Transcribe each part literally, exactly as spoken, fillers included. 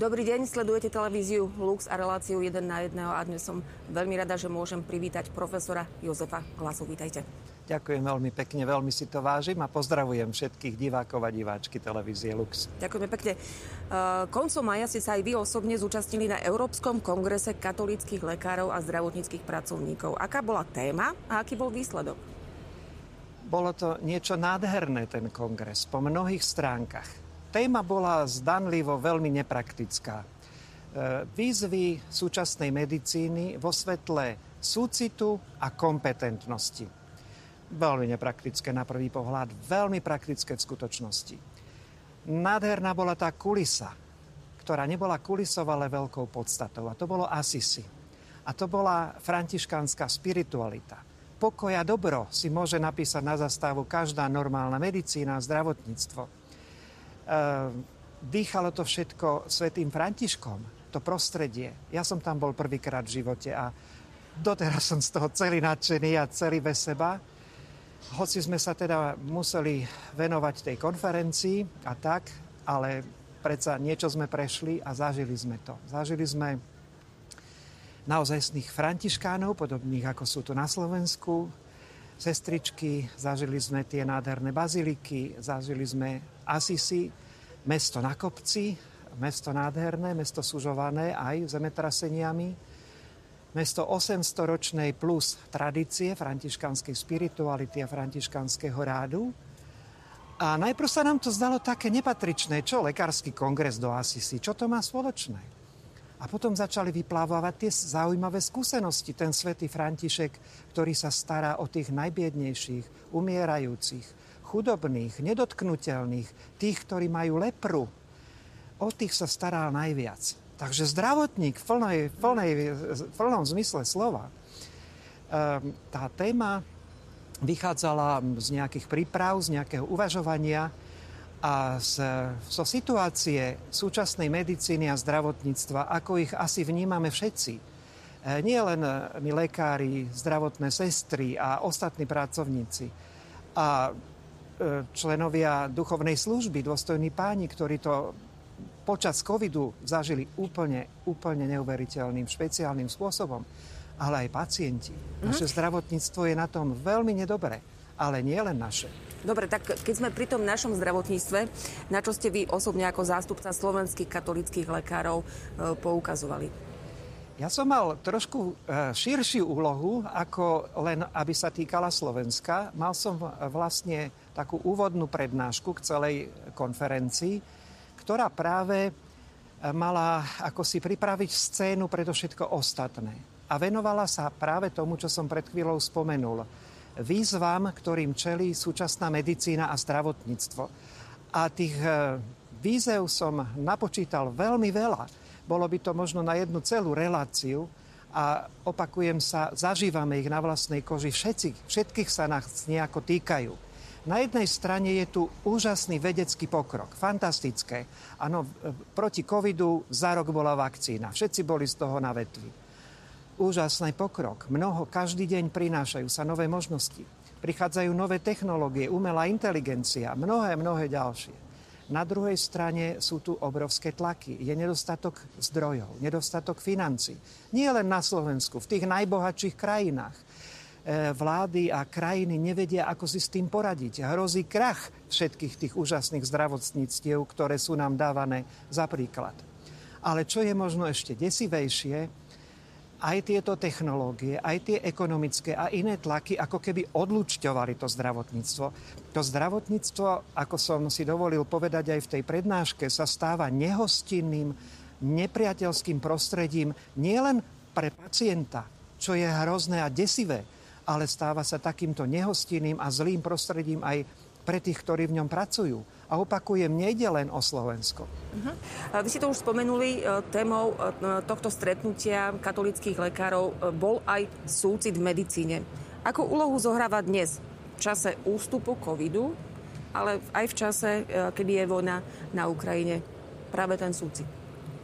Dobrý deň, sledujete televíziu Lux a reláciu jeden na jedného a dnes som veľmi rada, že môžem privítať profesora Jozefa Hlasu. Vítajte. Ďakujem veľmi pekne, veľmi si to vážim a pozdravujem všetkých divákov a diváčky televízie Lux. Ďakujeme pekne. Koncom mája ste sa aj vy osobne zúčastnili na Európskom kongrese katolíckych lekárov a zdravotníckych pracovníkov. Aká bola téma a aký bol výsledok? Bolo to niečo nádherné, ten kongres, po mnohých stránkach. Téma bola zdanlivo veľmi nepraktická. Výzvy súčasnej medicíny vo svetle súcitu a kompetentnosti. Veľmi nepraktické na prvý pohľad, veľmi praktické v skutočnosti. Nádherná bola tá kulisa, ktorá nebola kulisou, ale veľkou podstatou. A to bolo Assisi. A to bola františkánska spiritualita. Pokoj a dobro si môže napísať na zastávu každá normálna medicína a zdravotníctvo. Dýchalo to všetko svätým Františkom, to prostredie. Ja som tam bol prvýkrát v živote a doteraz som z toho celý nadšený a celý bez seba. Hoci sme sa teda museli venovať tej konferencii a tak, ale predsa niečo sme prešli a zažili sme to. Zažili sme naozajstných františkánov, podobných ako sú tu na Slovensku, sestričky, zažili sme tie nádherné baziliky, zažili sme Assisi, mesto na kopci, mesto nádherné, mesto sužované aj zemetraseniami, mesto osemstoročnej plus tradície františkanskej spirituality a františkanského rádu. A najprv sa nám to zdalo také nepatričné, čo lekársky kongres do Assisi, čo to má spoločné? A potom začali vyplávať tie zaujímavé skúsenosti. Ten svätý František, ktorý sa stará o tých najbiednejších, umierajúcich, chudobných, nedotknutelných, tých, ktorí majú lepru. O tých sa staral najviac. Takže zdravotník v, plnej, plnej, v plnom zmysle slova. Tá téma vychádzala z nejakých príprav, z nejakého uvažovania a z, zo situácie súčasnej medicíny a zdravotníctva, ako ich asi vnímame všetci. Nie len my lekári, zdravotné sestry a ostatní pracovníci. A členovia duchovnej služby, dôstojní páni, ktorí to počas covidu zažili úplne, úplne neuveriteľným, špeciálnym spôsobom, ale aj pacienti. Mm-hmm. Naše zdravotníctvo je na tom veľmi nedobre, ale nie len naše. Dobre, tak keď sme pri tom našom zdravotníctve, na čo ste vy osobne ako zástupca slovenských katolíckych lekárov poukazovali? Ja som mal trošku širšiu úlohu, ako len aby sa týkala Slovenska. Mal som vlastne takú úvodnú prednášku k celej konferencii, ktorá práve mala ako si pripraviť scénu pre to všetko ostatné. A venovala sa práve tomu, čo som pred chvíľou spomenul. Výzvam, ktorým čelí súčasná medicína a zdravotníctvo. A tých výzev som napočítal veľmi veľa. Bolo by to možno na jednu celú reláciu a opakujem sa, zažívame ich na vlastnej koži. Všetci, všetkých sa nás nejako týkajú. Na jednej strane je tu úžasný vedecký pokrok, fantastické. Áno, proti covidu za rok bola vakcína, všetci boli z toho na vetvi. Úžasný pokrok, mnoho, každý deň prinášajú sa nové možnosti. Prichádzajú nové technológie, umelá inteligencia, mnohé, mnohé ďalšie. Na druhej strane sú tu obrovské tlaky. Je nedostatok zdrojov, nedostatok financií. Nie len na Slovensku, v tých najbohatších krajinách. Vlády a krajiny nevedia, ako si s tým poradiť. Hrozí krach všetkých tých úžasných zdravotníctiev, ktoré sú nám dávané za príklad. Ale čo je možno ešte desivejšie, aj tieto technológie, aj tie ekonomické a iné tlaky ako keby odlučťovali to zdravotníctvo. To zdravotníctvo, ako som si dovolil povedať aj v tej prednáške, sa stáva nehostinným, nepriateľským prostredím nielen pre pacienta, čo je hrozné a desivé, ale stáva sa takýmto nehostinným a zlým prostredím aj pre tých, ktorí v ňom pracujú. A opakujem, nejde len o Slovensko. Uh-huh. Vy si to už spomenuli, témou tohto stretnutia katolíckych lekárov bol aj súcit v medicíne. Akú úlohu zohráva dnes v čase ústupu covidu, ale aj v čase, kedy je vojna na Ukrajine, práve ten súcit?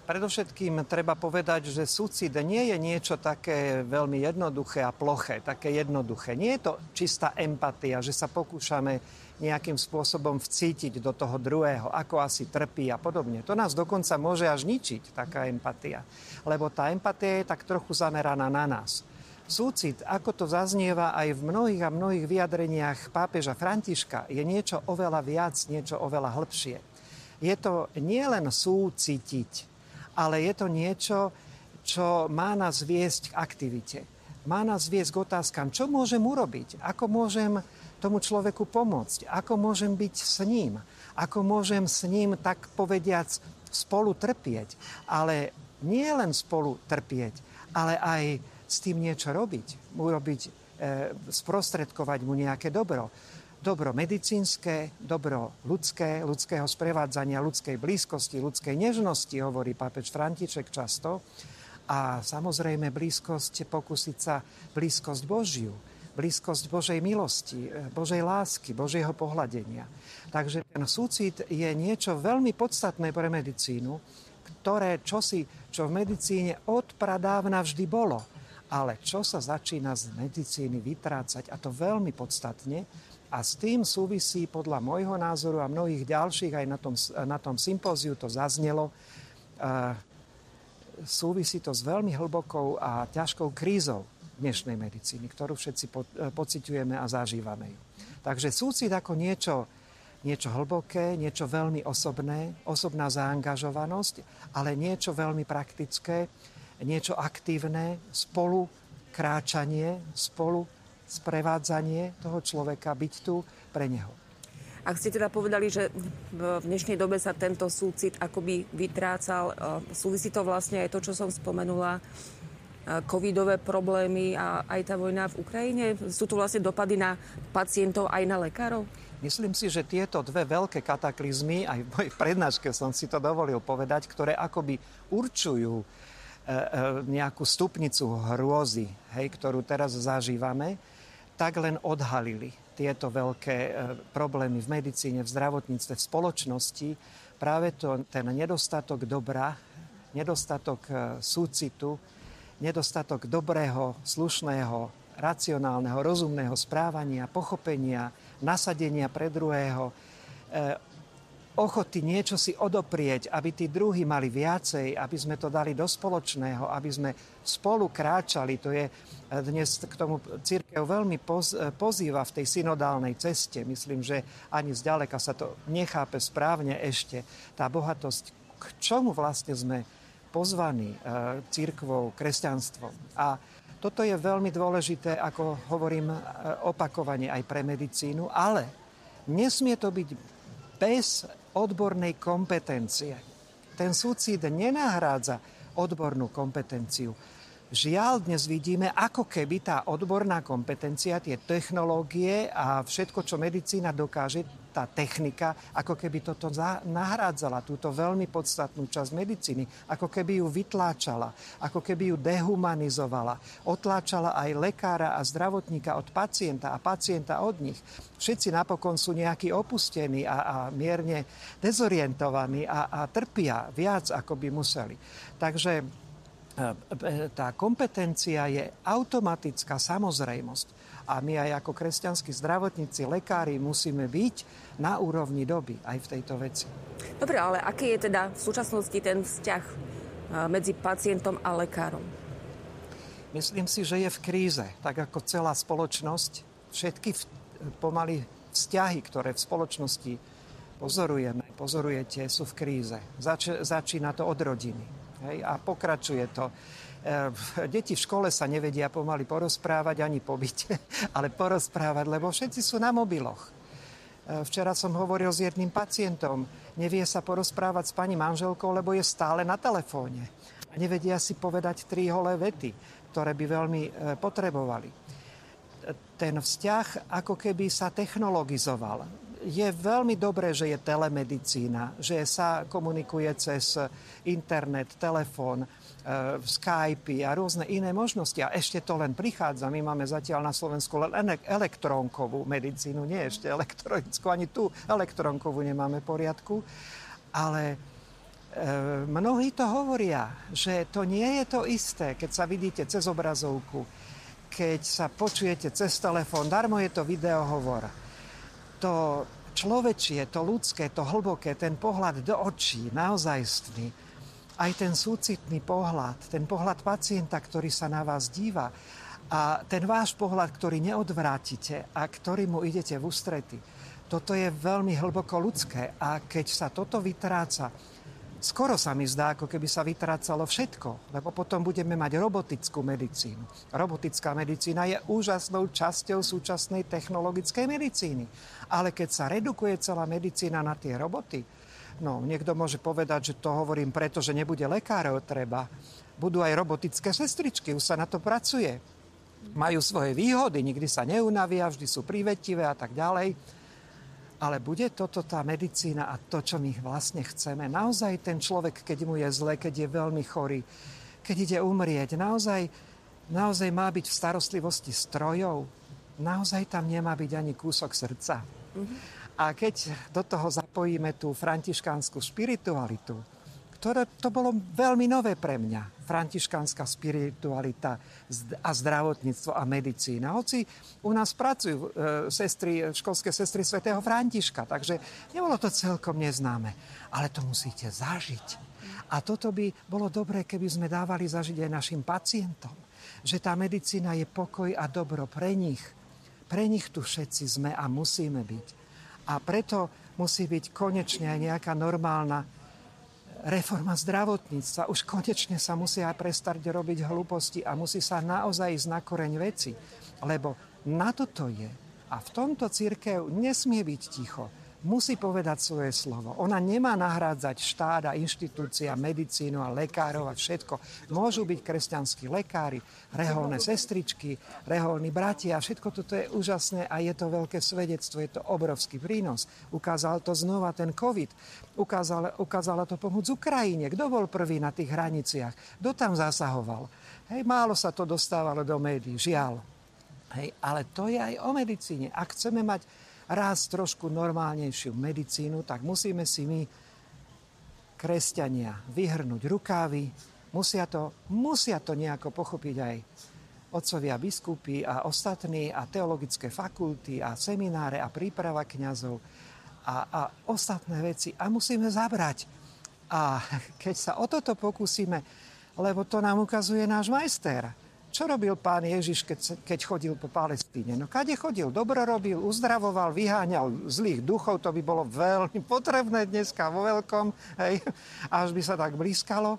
Predovšetkým treba povedať, že súcit nie je niečo také veľmi jednoduché a ploché, také jednoduché. Nie je to čistá empatia, že sa pokúšame nejakým spôsobom vcítiť do toho druhého, ako asi trpí a podobne. To nás dokonca môže až ničiť, taká empatia. Lebo tá empatia je tak trochu zameraná na nás. Súcit, ako to zaznieva aj v mnohých a mnohých vyjadreniach pápeža Františka, je niečo oveľa viac, niečo oveľa hĺbšie. Je to nielen súcitiť, ale je to niečo, čo má nás viesť k aktivite. Má nás viesť k otázkam, čo môžem urobiť, ako môžem tomu človeku pomôcť, ako môžem byť s ním, ako môžem s ním, tak povediac, spolu trpieť. Ale nie len spolu trpieť, ale aj s tým niečo robiť. Urobiť, e, sprostredkovať mu nejaké dobro. Dobro medicínske, dobro ľudské, ľudského sprevádzania, ľudskej blízkosti, ľudskej nežnosti, hovorí pápež František často. A samozrejme blízkosť, pokúsiť sa blízkosť Božiu, blízkosť Božej milosti, Božej lásky, Božieho pohľadenia. Takže ten súcit je niečo veľmi podstatné pre medicínu, ktoré čosi, čo v medicíne od pradávna vždy bolo, ale čo sa začína z medicíny vytrácať, a to veľmi podstatne, a s tým súvisí podľa môjho názoru a mnohých ďalších, aj na tom, na tom sympóziu to zaznelo, uh, súvisí to s veľmi hlbokou a ťažkou krízou dnešnej medicíny, ktorú všetci po, pociťujeme a zažívame ju. Takže súcit ako niečo, niečo hlboké, niečo veľmi osobné, osobná zaangažovanosť, ale niečo veľmi praktické, niečo aktívne, spolu kráčanie, spolu sprevádzanie toho človeka, byť tu pre neho. Ak ste teda povedali, že v dnešnej dobe sa tento súcit akoby vytrácal, súvisí to vlastne aj to, čo som spomenula, covidové problémy a aj tá vojna v Ukrajine? Sú tu vlastne dopady na pacientov aj na lekárov? Myslím si, že tieto dve veľké kataklizmy, aj v mojej prednáške som si to dovolil povedať, ktoré akoby určujú nejakú stupnicu hrôzy, hej, ktorú teraz zažívame, tak len odhalili tieto veľké problémy v medicíne, v zdravotníctve, v spoločnosti. Práve to, ten nedostatok dobra, nedostatok súcitu, nedostatok dobrého, slušného, racionálneho, rozumného správania, pochopenia, nasadenia pre druhého, ochoty niečo si odoprieť, aby tí druhí mali viacej, aby sme to dali do spoločného, aby sme spolu kráčali. To je dnes k tomu cirkev veľmi poz, pozýva v tej synodálnej ceste. Myslím, že ani zďaleka sa to nechápe správne ešte. Tá bohatosť, k čomu vlastne sme pozvaní cirkvou, kresťanstvom. A toto je veľmi dôležité, ako hovorím opakovane aj pre medicínu, ale nesmie to byť bez odbornej kompetencie. Ten súcit nenahrádza odbornú kompetenciu. Žiaľ, dnes vidíme, ako keby tá odborná kompetencia, tie technológie a všetko, čo medicína dokáže, tá technika, ako keby toto nahrádzala, túto veľmi podstatnú časť medicíny, ako keby ju vytláčala, ako keby ju dehumanizovala, otláčala aj lekára a zdravotníka od pacienta a pacienta od nich. Všetci napokon sú nejakí opustení a, a mierne dezorientovaní a, a trpia viac, ako by museli. Takže tá kompetencia je automatická samozrejmosť. A my aj ako kresťanskí zdravotníci, lekári musíme byť na úrovni doby aj v tejto veci. Dobre, ale aký je teda v súčasnosti ten vzťah medzi pacientom a lekárom? Myslím si, že je v kríze, tak ako celá spoločnosť. Všetky pomaly vzťahy, ktoré v spoločnosti pozorujeme, pozorujete, sú v kríze. Zač- začína to od rodiny. Hej, a pokračuje to. Deti v škole sa nevedia pomaly porozprávať ani pobiť, ale porozprávať, lebo všetci sú na mobiloch. Včera som hovoril s jedným pacientom, nevie sa porozprávať s pani manželkou, lebo je stále na telefóne. A nevedia si povedať tri holé vety, ktoré by veľmi potrebovali. Ten vzťah ako keby sa technologizoval. Je veľmi dobré, že je telemedicína, že sa komunikuje cez internet, telefón, Skype a rôzne iné možnosti. A ešte to len prichádza. My máme zatiaľ na Slovensku len elektrónkovú medicínu, nie ešte elektronickú, ani tú elektrónkovú nemáme v poriadku. Ale mnohí to hovoria, že to nie je to isté, keď sa vidíte cez obrazovku, keď sa počujete cez telefón, darmo je to videohovor. To človečie, to ľudské, to hlboké, ten pohľad do očí, naozajstný, aj ten súcitný pohľad, ten pohľad pacienta, ktorý sa na vás díva a ten váš pohľad, ktorý neodvrátite a ktorý mu idete v ústrety. Toto je veľmi hlboko ľudské a keď sa toto vytráca, skoro sa mi zdá, ako keby sa vytrácalo všetko, lebo potom budeme mať robotickú medicínu. Robotická medicína je úžasnou časťou súčasnej technologickej medicíny. Ale keď sa redukuje celá medicína na tie roboty, no niekto môže povedať, že to hovorím preto, že nebude lekárov treba. Budú aj robotické sestričky, už sa na to pracuje. Majú svoje výhody, nikdy sa neunavia, vždy sú prívetivé a tak ďalej. Ale bude toto tá medicína a to, čo my vlastne chceme? Naozaj ten človek, keď mu je zle, keď je veľmi chorý, keď ide umrieť, naozaj, naozaj má byť v starostlivosti strojov? Naozaj tam nemá byť ani kúsok srdca? Mm-hmm. A keď do toho zapojíme tú františkánsku spiritualitu, ktoré to bolo veľmi nové pre mňa, františkánska spiritualita a zdravotníctvo a medicína. Hoci u nás pracujú e, sestry, školské sestry svätého Františka, takže nebolo to celkom neznáme. Ale to musíte zažiť. A toto by bolo dobré, keby sme dávali zažiť aj našim pacientom. Že tá medicína je pokoj a dobro pre nich. Pre nich tu všetci sme a musíme byť. A preto musí byť konečne aj nejaká normálna reforma zdravotníctva. Už konečne sa musia prestať robiť hlúposti a musí sa naozaj ísť na koreň veci. Lebo na toto je. A v tomto cirkev nesmie byť ticho. Musí povedať svoje slovo. Ona nemá nahrádzať štát a inštitúcia, medicínu a lekárov a všetko. Môžu byť kresťanskí lekári, reholné sestričky, reholní bratia. Všetko toto je úžasné a je to veľké svedectvo, je to obrovský prínos. Ukázal to znova ten COVID. Ukázala, ukázala to pomoc Ukrajine. Kto bol prvý na tých hraniciach? Kto tam zasahoval? Hej, málo sa to dostávalo do médií, žiaľ. Hej, ale to je aj o medicíne. Ak chceme mať raz trošku normálnejšiu medicínu, tak musíme si my, kresťania, vyhrnúť rukávy. Musia to, musia to nejako pochopiť aj otcovia biskupy a ostatní a teologické fakulty a semináre a príprava kňazov a, a ostatné veci. A musíme zabrať. A keď sa o toto pokúsime, lebo to nám ukazuje náš majster. Čo robil pán Ježiš, keď, keď chodil po Palestíne? No kade chodil? Dobro robil, uzdravoval, vyháňal zlých duchov. To by bolo veľmi potrebné dneska vo veľkom. Hej, až by sa tak blízkalo.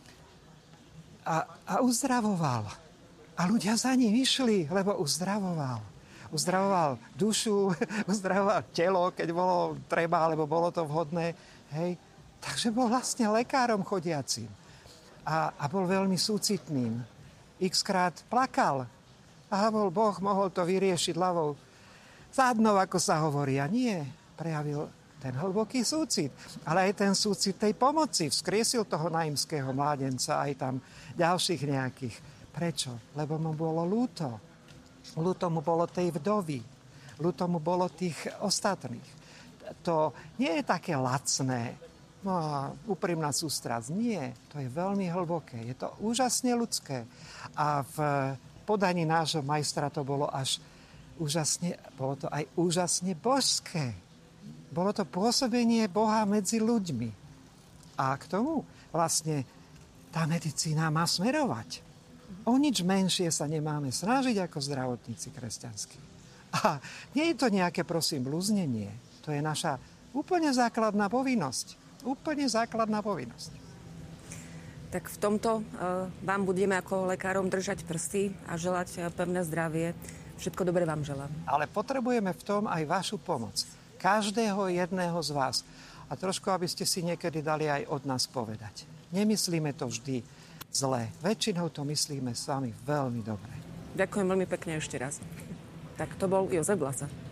A, a uzdravoval. A ľudia za ním išli, lebo uzdravoval. Uzdravoval dušu, uzdravoval telo, keď bolo treba, alebo bolo to vhodné. Hej. Takže bol vlastne lekárom chodiacím. A, a bol veľmi súcitným. X-krát plakal. A bol Boh, mohol to vyriešiť ľavou zádnou, ako sa hovorí. A nie, prejavil ten hlboký súcit. Ale aj ten súcit tej pomoci. Vzkriesil toho naimského mládenca, aj tam ďalších nejakých. Prečo? Lebo mu bolo ľúto. Ľúto mu bolo tej vdovy. Ľúto mu bolo tých ostatných. To nie je také lacné. No a úprimná sústrasť. Nie, to je veľmi hlboké. Je to úžasne ľudské. A v podaní nášho majstra to bolo až úžasne, bolo to aj úžasne božské. Bolo to pôsobenie Boha medzi ľuďmi. A k tomu vlastne tá medicína má smerovať. O nič menšie sa nemáme snažiť ako zdravotníci kresťanskí. A nie je to nejaké, prosím, blúznenie. To je naša úplne základná povinnosť. Úplne základná povinnosť. Tak v tomto uh, vám budeme ako lekárom držať prsty a želať uh, pevné zdravie. Všetko dobré vám želám. Ale potrebujeme v tom aj vašu pomoc. Každého jedného z vás. A trošku, aby ste si niekedy dali aj od nás povedať. Nemyslíme to vždy zle. Väčšinou to myslíme s vami veľmi dobre. Ďakujem veľmi pekne ešte raz. Tak to bol Jozef Glasa.